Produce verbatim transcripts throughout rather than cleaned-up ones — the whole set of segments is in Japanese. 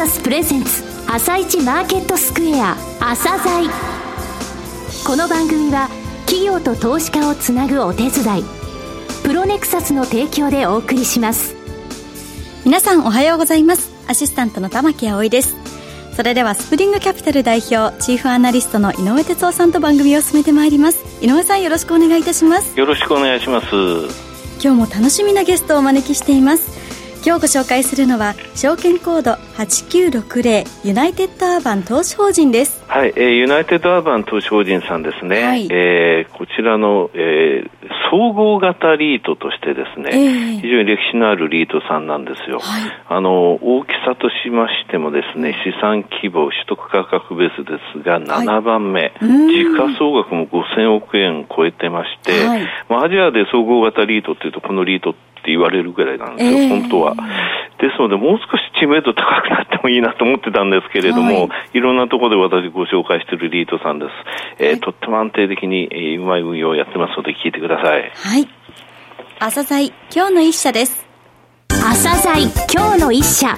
サスプレゼンツ朝一マーケットスクエア朝鮮。この番組は企業と投資家をつなぐお手伝いプロネクサスの提供でお送りします。 皆さんおはようございます。アシスタントの玉木葵です。それではスプリングキャピタル代表チーフアナリストの井上哲夫さんと番組を進めてまいります。井上さん、よろしくお願いいたします。 よろしくお願いします。 今日も楽しみなゲストをお招きしています。今日ご紹介するのは証券コードはちきゅうろくぜろユナイテッドアーバン投資法人です。 はい、えー、ユナイテッドアーバン投資法人さんですね、はい、えー、こちらの、えー、総合型リートとしてですね、えー、非常に歴史のあるリートさんなんですよ、はい、あの大きさとしましてもですね、資産規模取得価格ベースですがななばんめ、はい、時価総額もごせんおくえん超えてまして、はい、まあ、アジアで総合型リートっていうとこのリートって言われるぐらいなんですよ、えー、本当は。ですのでもう少し知名度高くなってもいいなと思ってたんですけれども、はい、いろんなところで私ご紹介しているリートさんです、えーはい、とっても安定的に、えー、うまい運用をやってますので聞いてください。 はい、朝鮮今日の一社です。 朝鮮今日の一社。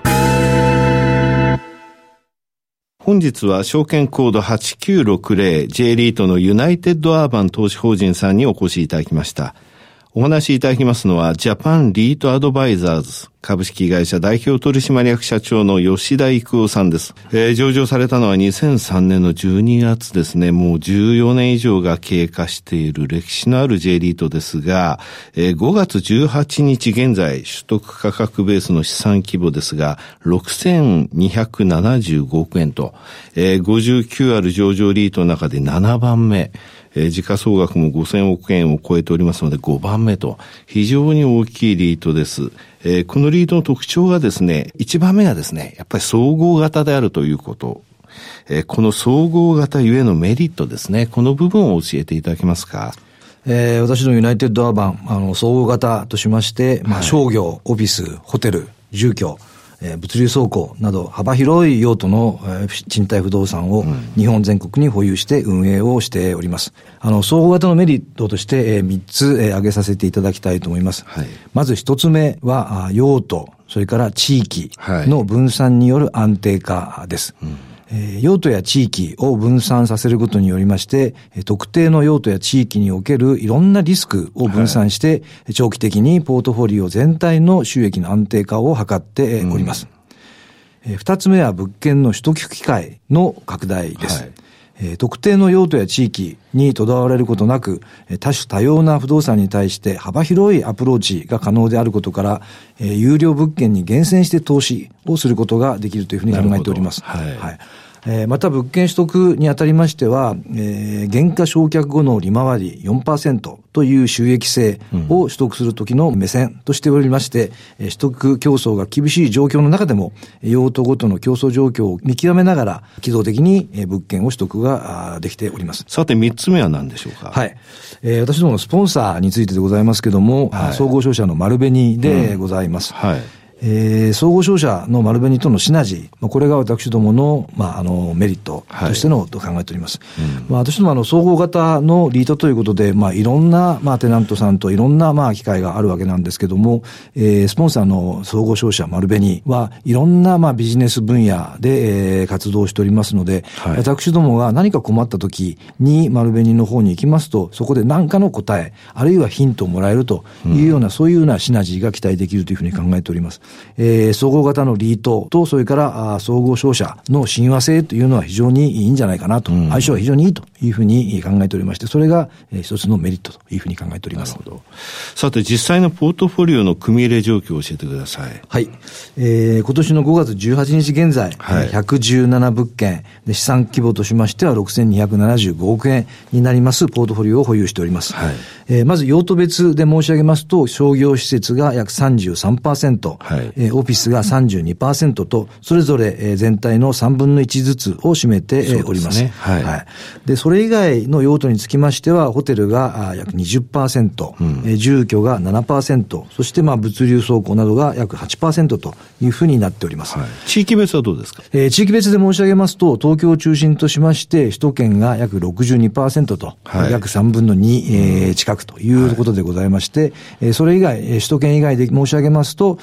本日は証券コードはちきゅうろくぜろ J リートのユナイテッドアーバン投資法人さんにお越しいただきました。お話しいただきますのはジャパンリートアドバイザーズ株式会社代表取締役社長の吉田育夫さんです。えー、上場されたのはにせんさんねんのじゅうにがつですね。もうじゅうよねん以上が経過している歴史のある J リートですが、えー、ごがつじゅうはちにち現在取得価格ベースの資産規模ですがろくせんにひゃくななじゅうごおくえんと、えー、ごじゅうきゅうある上場リートの中でななばんめ、えー、時価総額もごせんおくえんを超えておりますのでごばんめと非常に大きいリートです。えー、このリートの特徴がですね、いちばんめがですね、やっぱり総合型であるということ。えー、この総合型ゆえのメリットですね、この部分を教えていただけますか。 えー、私のユナイテッドアーバン、あの、総合型としまして、まあ、商業、オフィス、ホテル、住居、えー、物流倉庫など幅広い用途の、えー、賃貸不動産を日本全国に保有して運営をしております。あの、総合型のメリットとして、えー、みっつ、えー、挙げさせていただきたいと思います。はい、まずひとつめは、用途、それから地域の分散による安定化です。はい、うん、えー、用途や地域を分散させることによりまして、特定の用途や地域におけるいろんなリスクを分散して、はい、長期的にポートフォリオ全体の収益の安定化を図っております。うん、えー、二つ目は物件の取得機会の拡大です。はい、えー、特定の用途や地域にとらわれることなく、多種多様な不動産に対して幅広いアプローチが可能であることから、えー、有料物件に厳選して投資をすることができるというふうに考えております。はい。はい、えー、また物件取得にあたりましては、えー、減価償却後の利回り よんパーセント という収益性を取得するときの目線としておりまして、うん、取得競争が厳しい状況の中でも用途ごとの競争状況を見極めながら機動的に物件を取得ができております。 さてみっつめは何でしょうか。 はい、えー、私どものスポンサーについてでございますけども、はい、総合商社の丸紅でございます。うん、はい、えー、総合商社の丸紅とのシナジー、これが私どもの、まあ、あの、メリットとしての、はい、と考えております。うん、まあ、私どもあの、総合型のリートということで、まあ、いろんな、まあ、テナントさんといろんな、まあ、機会があるわけなんですけども、えー、スポンサーの総合商社丸紅はいろんな、まあ、ビジネス分野で、えー、活動しておりますので、はい、私どもが何か困った時に丸紅の方に行きますと、そこで何かの答え、あるいはヒントをもらえるというような、うん、そういうようなシナジーが期待できるというふうに考えております。えー、総合型のリートと、それから総合商社の親和性というのは非常にいいんじゃないかなと、うん、相性は非常にいいというふうに考えておりまして、それが、えー、一つのメリットというふうに考えております。 なるほど。さて実際のポートフォリオの組み入れ状況を教えてください。 はい。えー、今年のごがつじゅうはちにち現在、はい、ひゃくじゅうななぶっけんで資産規模としましてはろくせんにひゃくななじゅうごおくえんになりますポートフォリオを保有しております。はい、えー、まず用途別で申し上げますと、商業施設が約 さんじゅうさんパーセント、はい、えー、オフィスが さんじゅうにパーセント と、それぞれ全体のさんぶんのいちずつを占めております。そうですね。はい。はい。で、それ以外の用途につきましては、ホテルが約 にじゅっパーセント、うん、住居が ななパーセント、そしてまあ物流倉庫などが約 はちパーセント というふうになっております。はい、 地域別はどうですか。 えー、地域別で申し上げますと、東京を中心としまして、首都圏が約 ろくじゅうにパーセント と、はい、約さんぶんのに、えー、近くということでございまして、はい、それ以外、首都圏以外で申し上げますと、大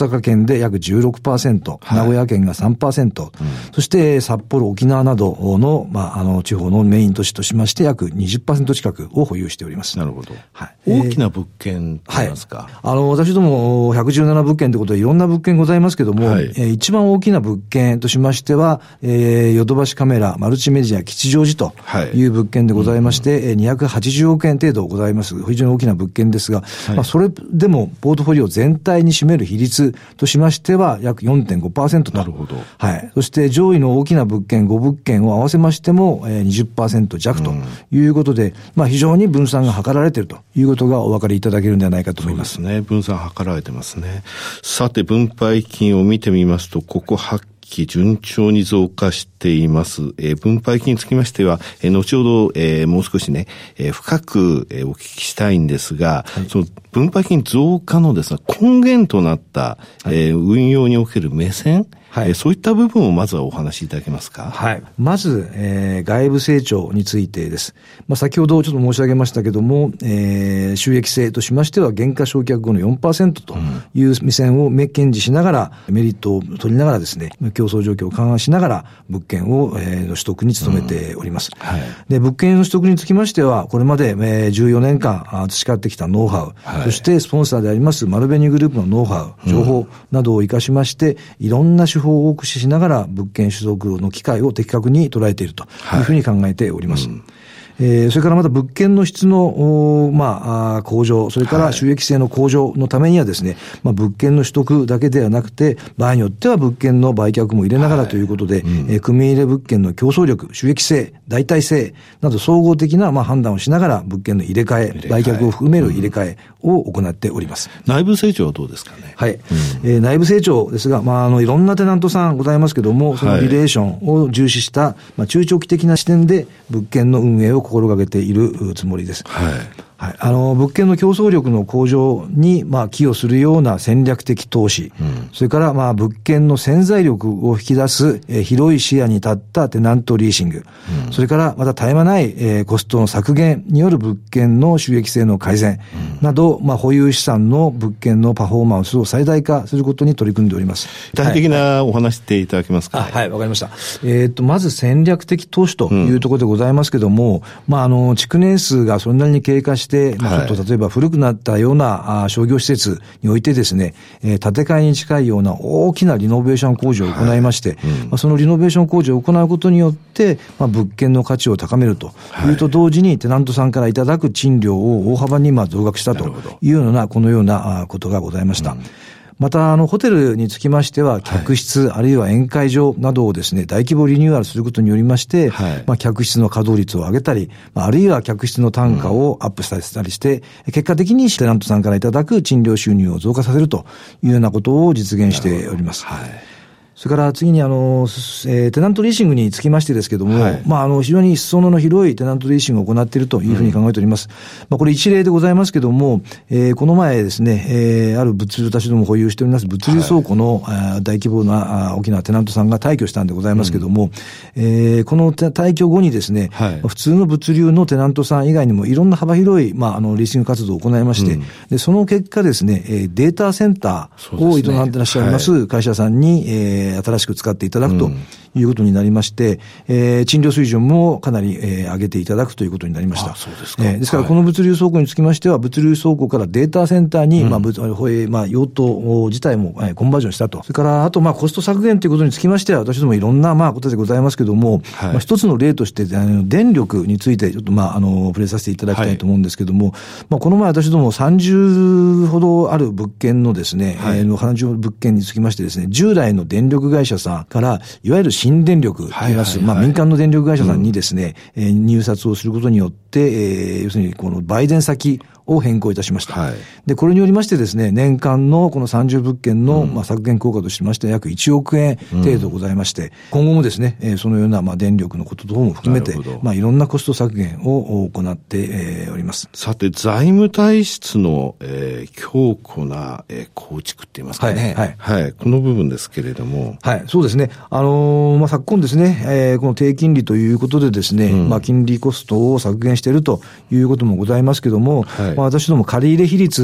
阪圏で約 じゅうろくパーセント、はい、名古屋県が さんパーセント、うん、そして札幌、沖縄などの、まあ、あの、地方のメイン都市としまして約 にじゅっパーセント 近くを保有しております。 なるほど。はい。大きな物件と言いますか。はい。 あの、私どもひゃくじゅうななぶっけんということでいろんな物件ございますけども、はい、えー、一番大きな物件としましては、えー、ヨドバシカメラマルチメディア吉祥寺という物件でございまして、はい、うんうん、にひゃくはちじゅうおくえん程度ございます。非常に大きな物件ですが、はい、まあ、それでもポートフォリオ全体に占める比率としましては約 よんてんごパーセント と。 なるほど。 はい。そして上位の大きな物件ごぶっけんを合わせましても、えー、にじゅっパーセント 弱ということで、うん、まあ非常に分散が図られているということがお分かりいただけるんではないかと思います。 そうですね。分散図られてますね。さて、分配金を見てみますと、ここはっき順調に増加しています。えー、分配金につきましては、えー、後ほど、えー、もう少しね、えー、深く、えー、お聞きしたいんですが、はい、その分配金増加のですね、根源となった、はい、えー、運用における目線、はい、えー、そういった部分をまずはお話しいただけますか。 はい。まず、えー、外部成長についてです。まあ、先ほどちょっと申し上げましたけども、えー、収益性としましては、減価償却後の よんパーセント という目線を堅持しながら、メリットを取りながらですね、競争状況を勘案しながら、物件を、えー、の取得に努めております。うん、はい。で、物件の取得につきましては、これまで、えー、じゅうよねんかん培ってきたノウハウ、はい、そしてスポンサーであります丸紅グループのノウハウ、情報などを活かしまして、いろんな手法を駆使しながら物件取得の機会を的確に捉えているというふうに考えております。はい、うん、えー、それからまた物件の質の、まあ、向上、それから収益性の向上のためにはですね、はい、まあ、物件の取得だけではなくて、場合によっては物件の売却も入れながらということで、はい、うん、えー、組み入れ物件の競争力、収益性、代替性など総合的な、まあ、判断をしながら物件の入れ替え、売却を含める入れ替えを行っております。 うん、内部成長はどうですかね。 はい。うん、えー、内部成長ですが、まあ、あの、いろんなテナントさんございますけども、そのリレーションを重視した、まあ、中長期的な視点で物件の運営を心がけているつもりです。はい。はい、あの、物件の競争力の向上に、まあ、寄与するような戦略的投資、うん、それから、まあ、物件の潜在力を引き出す、えー、広い視野に立ったテナントリーシング、うん、それから、また絶え間ない、えー、コストの削減による物件の収益性の改善など、うん、まあ、保有資産の物件のパフォーマンスを最大化することに取り組んでおります。 具体的なお話していただけますか。 はい、はい、わかりました。えー、っと、まず戦略的投資というところでございますけども、うん、まあ、あの、築年数がそれなりに経過して、まあ、ちょっと例えば古くなったような商業施設においてですね、えー、建て替えに近いような大きなリノベーション工事を行いまして、はい、うん、まあ、そのリノベーション工事を行うことによって、まあ、物件の価値を高めるというと同時に、テナントさんからいただく賃料を大幅にまあ増額したというような、このようなことがございました。うん、また、あの、ホテルにつきましては、客室、はい、あるいは宴会場などをですね、大規模リニューアルすることによりまして、はい、まあ、客室の稼働率を上げたり、あるいは客室の単価をアップしたりして、うん、結果的にテナントさんからいただく賃料収入を増加させるというようなことを実現しております。はい。それから次にあの、えー、テナントリーシングにつきましてですけども、はい、まああの非常に裾野の広いテナントリーシングを行っているというふうに考えております。うん、まあこれ一例でございますけども、えー、この前ですね、えー、ある物流私ども保有しております物流倉庫の、はい、大規模な大きなテナントさんが退去したんでございますけども、うん、えー、この退去後にですね、はい、普通の物流のテナントさん以外にもいろんな幅広いまああのリーシング活動を行いまして、うん、でその結果ですね、データセンターを営んでいらっしゃいます会社さんに、えー、新しく使っていただくということになりまして、うん、えー、賃料水準もかなり、えー、上げていただくということになりました。 あ、そうですか。 えー、ですからこの物流倉庫につきましては、はい、物流倉庫からデータセンターに、うん、まあ、まあ、用途自体も、えー、コンバージョンしたと。それから、あと、まあ、コスト削減ということにつきましては、私どもいろんな、まあ、ことでございますけども、はい、まあ、一つの例として、あの、電力について、ちょっと、まあ、あの、触れさせていただきたいと思うんですけども、はい、まあ、この前私どもさんじゅうほどある物件のですね、はい、えー、さんじゅう物件につきましてですね、従来の電力会社さんから、いわゆる新電力といいます、はいはいはい、まあ、民間の電力会社さんにですね、うん、えー、入札をすることによって、えー、要するにこの売電先を変更いたしました。はい、で、これによりましてですね、年間のこのさんじゅう物件の、うん、まあ、削減効果としまして約いちおくえん程度ございまして、うん、今後もですね、えー、そのようなまあ電力のこと等も含めて、まあ、いろんなコスト削減を行って、えー、おります。 さて、財務体質の、えー、強固な、えー、構築って言いますかね。はい。はい。はい、この部分ですけれども。 はい。そうですね。あのー、まあ、昨今ですね、えー、この低金利ということでですね、うん、まあ、金利コストを削減しているということもございますけども、はい、まあ、私ども借入比率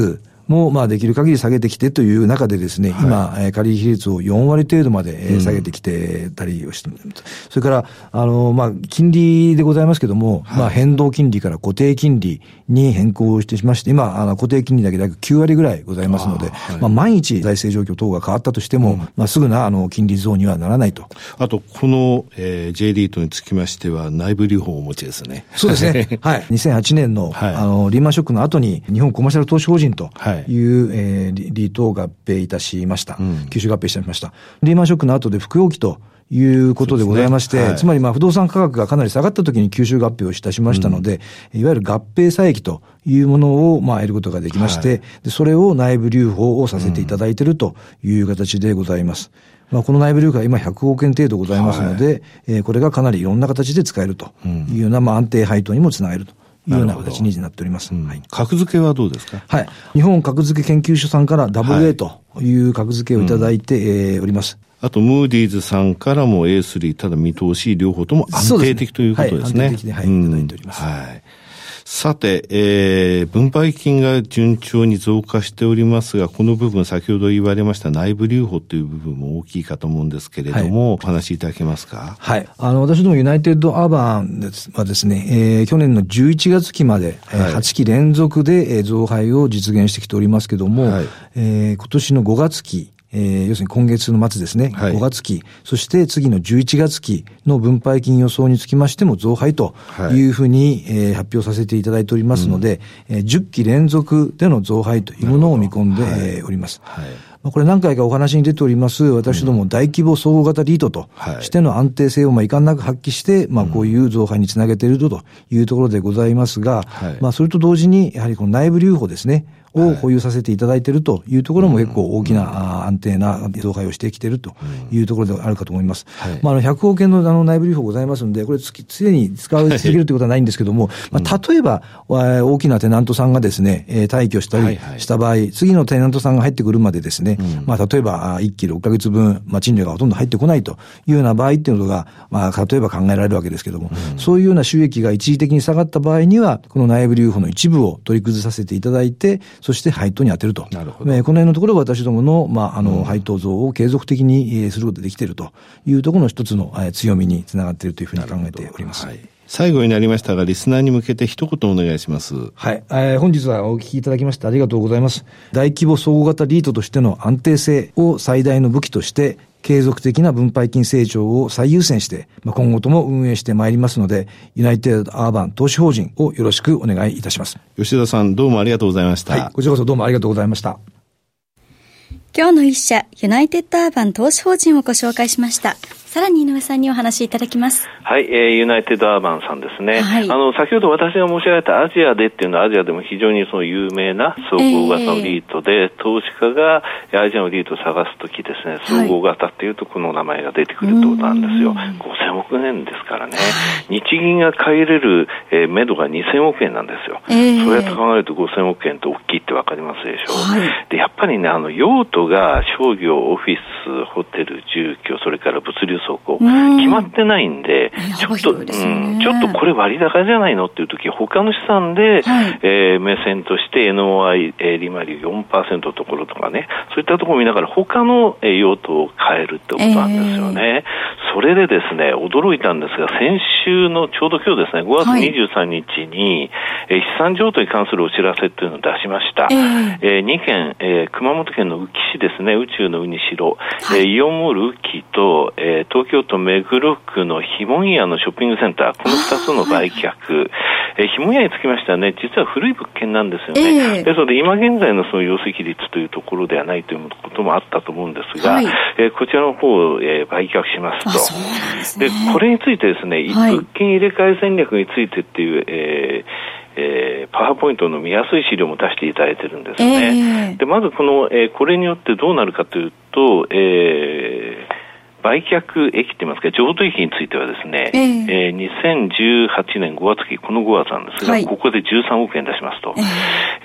も、まあ、できる限り下げてきてという中でですね、はい、今、えー、借り比率をよんわり程度まで、えー、下げてきてたりをして、うん、それから、あの、まあ、金利でございますけども、はい、まあ、変動金利から固定金利に変更してしまして、今、あの、固定金利だけで約きゅうわりぐらいございますので、はい、まあ、毎日財政状況等が変わったとしても、うん、まあ、すぐな、あの、金利増にはならないと。 あと、この、えー、J リートにつきましては、内部留保をお持ちですね。 そうですね。はい。にせんはちねんの、はい、あの、リーマンショックの後に、日本コマーシャル投資法人という、はい、えー、リートを合併いたしました。うん、吸収合併しました。リーマンショックの後で複用期ということでございまして、ねはい、つまりまあ不動産価格がかなり下がった時に吸収合併をいたしましたので、うん、いわゆる合併差益というものをまあ得ることができまして、はい、でそれを内部留保をさせていただいているという形でございます。うんまあ、この内部留保は今ひゃくおくえん程度ございますので、はいえー、これがかなりいろんな形で使えるというような、まあ安定配当にもつながると。いうような形になっております。うんはい、 格付けはどうですか？ はい。日本格付け研究所さんから ダブルエー という格付けをいただいて、はいえー、おります。 あと、ムーディーズさんからも エースリー、ただ見通し両方とも安定的ということですね。 はい、安定的に、はい、うん、いただいております。 はい。さて、えー、分配金が順調に増加しておりますが、この部分先ほど言われました内部留保という部分も大きいかと思うんですけれども、はい、お話しいただけますか？ はい。あの、私どもユナイテッドアーバンはですね、えー、去年のじゅういちがつきまで、はい、はちき連続で増配を実現してきておりますけども、はいえー、今年のごがつき、えー、要するに今月の末ですね、はい、ごがつき、そして次のじゅういちがつきの分配金予想につきましても増配というふうに、はいえー、発表させていただいておりますので、うんえー、じゅっき連続での増配というものを見込んで、はいえー、おります。はいまあ、これ何回かお話に出ております、私ども大規模総合型リートとしての安定性をまあ遺憾なく発揮して、まあこういう増配につなげているというところでございますが、はい、まあそれと同時にやはりこの内部留保ですね、を保有させていただいているというところも結構大きな安定な増配をしてきているというところであるかと思います。はい、まあ、あのひゃくおくえんのあの内部留保ございますので、これ常に使い続けるということはないんですけども、まあ、例えば大きなテナントさんがですね、退去したりした場合、次のテナントさんが入ってくるまでですね、まあ、例えばいっきろっかげつぶん、まあ、賃料がほとんど入ってこないというような場合っていうのが、まあ、例えば考えられるわけですけども、そういうような収益が一時的に下がった場合には、この内部留保の一部を取り崩させていただいて、そして配当に当てると。なるほど。えー、この辺のところ私どもの、まあ、あの、うん、配当増を継続的に、えー、することができているというところの一つの、えー、強みにつながっているというふうに考えております。はい。 最後になりましたが、リスナーに向けて一言お願いします。 はい。えー、本日はお聞きいただきましてありがとうございます。大規模総合型リートとしての安定性を最大の武器として、継続的な分配金成長を最優先して、まあ、今後とも運営してまいりますので、ユナイテッドアーバン投資法人をよろしくお願いいたします。 吉田さん、どうもありがとうございました。 はい。こちらこそどうもありがとうございました。 今日の一社、ユナイテッドアーバン投資法人をご紹介しました。さらに井上さんにお話しいただきます。 はい、えー、ユナイテッドアーバンさんですね。はい、あの、先ほど私が申し上げたアジアでっていうのはアジアでも非常にその有名な総合型のリートで、えー、投資家がアジアのリートを探すときですね、総合型っていうとこの名前が出てくるってことなんですよ。ごせんおくえんですからね。日銀が買い入れる、えー、目処がにせんおくえんなんですよ。えー、そうやって考えるとごせんおくえんって大きいってわかりますでしょう。はい、で、やっぱりね、あの、用途が商業、オフィス、ホテル、住居、それから物流倉庫、決まってないんで、ちょっと、うん、ちょっとこれ割高じゃないのっていうとき、他の資産で、はい、えー、目線として エヌオーアイ、えー、利回り よんパーセント のところとかね、そういったところを見ながら他の、えー、用途を変えるってことなんですよね。えー、それでですね、驚いたんですが、先週のちょうど今日ですね、ごがつにじゅうさんにちに、はい、えー、資産譲渡に関するお知らせっていうのを出しました。えーえー、にけん、えー、熊本県の宇城市ですね、宇宙の宇にしろ、はい、えー、イオンモール宇城と、えー、東京都目黒区のひもんやのショッピングセンター、このふたつの売却、えー、ひもんやにつきましてはね、実は古い物件なんですよね。えー、ですので今現在のその容積率というところではないということもあったと思うんですが、はい、えー、こちらの方を、えー、売却しますと。そうなんですね。で、これについてですね、はい、物件入れ替え戦略についてっていう、えーえー、パワーポイントの見やすい資料も出していただいてるんですね。えー、で、まずこの、えー、これによってどうなるかというと、えー売却益って言いますか、譲渡益についてはですね、えーえー、にせんじゅうはちねんごがつき、このごがつなんですが、はい、ここでじゅうさんおくえん出しますと。えー、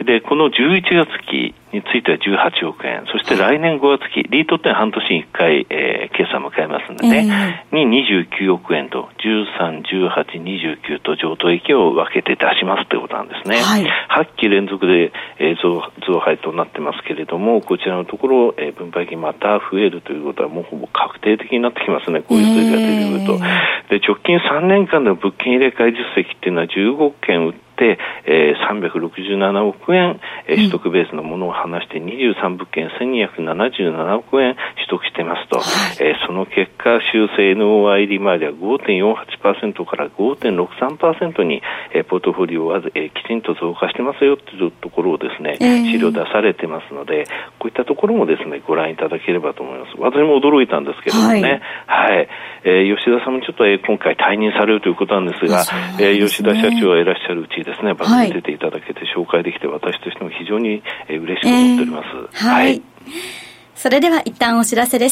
で、このじゅういちがつ期についてはじゅうはちおくえん、そして来年ごがつ期、リートって半年にいっかい、えー、決算を迎えますんでね、えー、ににじゅうきゅうおくえんとじゅうさん、じゅうはち、にじゅうきゅうと譲渡益を分けて出しますということなんですね。はい、はちき連続で、えー、増, 増配となってますけれども、こちらのところ、えー、分配金また増えるということはもうほぼ確定的になってきますね、こういう数字が出てくると。えー、で直近さんねんかんの物件入れ替え実績っていうのはじゅうごけん売ってで、えー、さんびゃくろくじゅうななおくえん、えー、取得ベースのものを離してにじゅうさんぶっけんせんにひゃくななじゅうななおくえん取得してますと、はい、えー、その結果修正 エヌオーアイ 利回りは ごてんよんはちパーセント から ごてんろくさんパーセント に、えー、ポートフォリオは、えー、きちんと増加してますよというところをですね、えー、資料出されてますので、こういったところもですねご覧いただければと思います。私も驚いたんですけれどもね、はい、はい、えー、吉田さんもちょっと、えー、今回退任されるということなんですが、えー、吉田社長がいらっしゃるうちですね、番組に出ていただけて紹介できて、私としても非常に嬉しく思っております。 えー、はい、はい。それでは一旦お知らせです。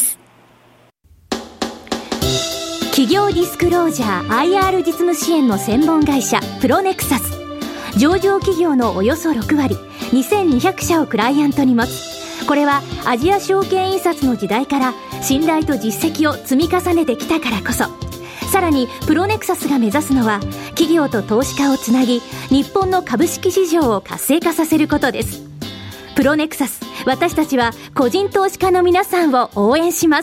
企業ディスクロージャー アイアール 実務支援の専門会社プロネクサス。上場企業のおよそろくわり、にせんにひゃくしゃをクライアントに持つ。これはアジア証券印刷の時代から信頼と実績を積み重ねてきたからこそ。さらにプロネクサスが目指すのは企業と投資家をつなぎ、日本の株式市場を活性化させることです。プロネクサス、私たちは個人投資家の皆さんを応援します。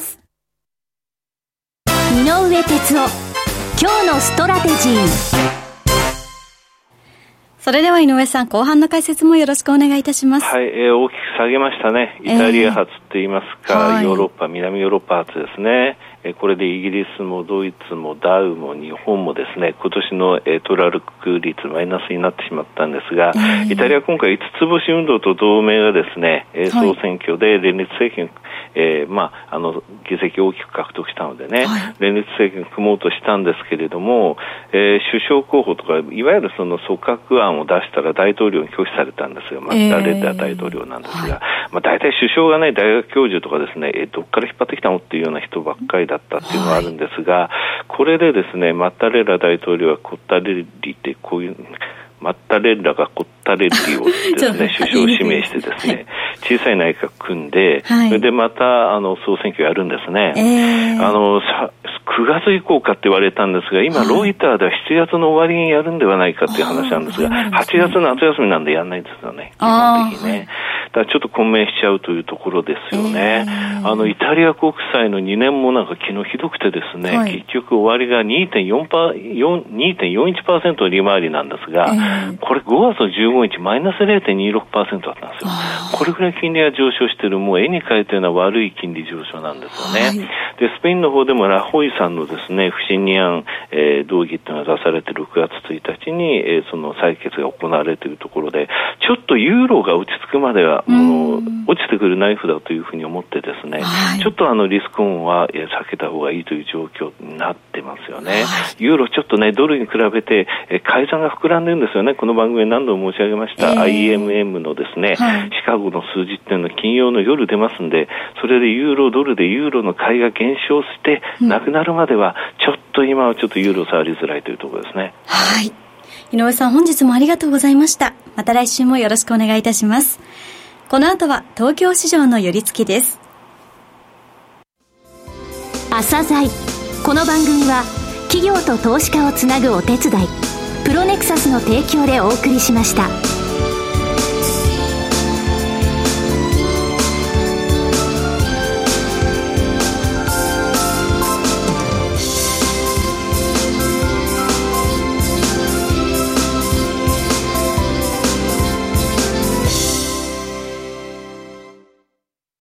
井上哲夫、今日のストラテジー。 それでは井上さん、後半の解説もよろしくお願いいたします。 はい、えー、大きく下げましたね。イタリア発といいますか、えー、ヨーロッパ、南ヨーロッパ発ですね。これでイギリスもドイツもダウも日本もですね、今年のトラルク率マイナスになってしまったんですが、えー、イタリアは今回いつつ星運動と同盟がですね、総選挙で連立政権、えー、まあ、あの議席を大きく獲得したのでね、はい、連立政権を組もうとしたんですけれども、えー、首相候補とかいわゆるその組閣案を出したら大統領に拒否されたんですよ。マッタレッラ大統領なんですが、えーはい、まあ、大体首相がね、大学教授とかですね、えー、どっから引っ張ってきたのっていうような人ばっかりだったっていうのがあるんですが、はい、これでですね、マッタレッラ大統領はコッタレッリってこういうマッタレッラがコッタレッリをですね首相を指名してですね、小さい内閣組んで、はい、それでまたあの総選挙やるんですね。えー、あのさくがつ以降かって言われたんですが、今、はい、ロイターではしちがつの終わりにやるんではないかっていう話なんですが、はちがつ夏休みなんでやんないんですよね、基本的にね。だからちょっと混迷しちゃうというところですよね。えー、あのイタリア国債のにねんもなんか昨日ひどくてですね、はい、結局終わりが にてんよんいちパーセント 利回りなんですが、えー、これごがつのじゅうごにちマイナス れいてんにろくパーセント だったんですよ。これぐらい金利が上昇している、もう絵に描いたような悪い金利上昇なんですよね。はい、でスペインの方でもラホイさんのですね不信任案、えー、動議というのが出されてろくがつついたちに、えー、その採決が行われているところで、ちょっとユーロが落ち着くまではもう落ちてくるナイフだというふうに思ってですね、はい、ちょっとあのリスクオンは避けた方がいいという状況になってますよね。はい、ユーロちょっとねドルに比べて、えー、改ざんが膨らんでるんですよね。この番組で何度も申し上げました、えー、アイエムエム のですね、はい、シカゴの数字っていうのは金曜の夜出ますんで、それでユーロドルでユーロの買いが減少してなくなるまではちょっと今はちょっとユーロ触りづらいというところですね。 はい、井上さん、本日もありがとうございました。また来週もよろしくお願いいたします。この後は東京市場の寄り付きです。 朝鮮。この番組は企業と投資家をつなぐお手伝い、プロネクサスの提供でお送りしました。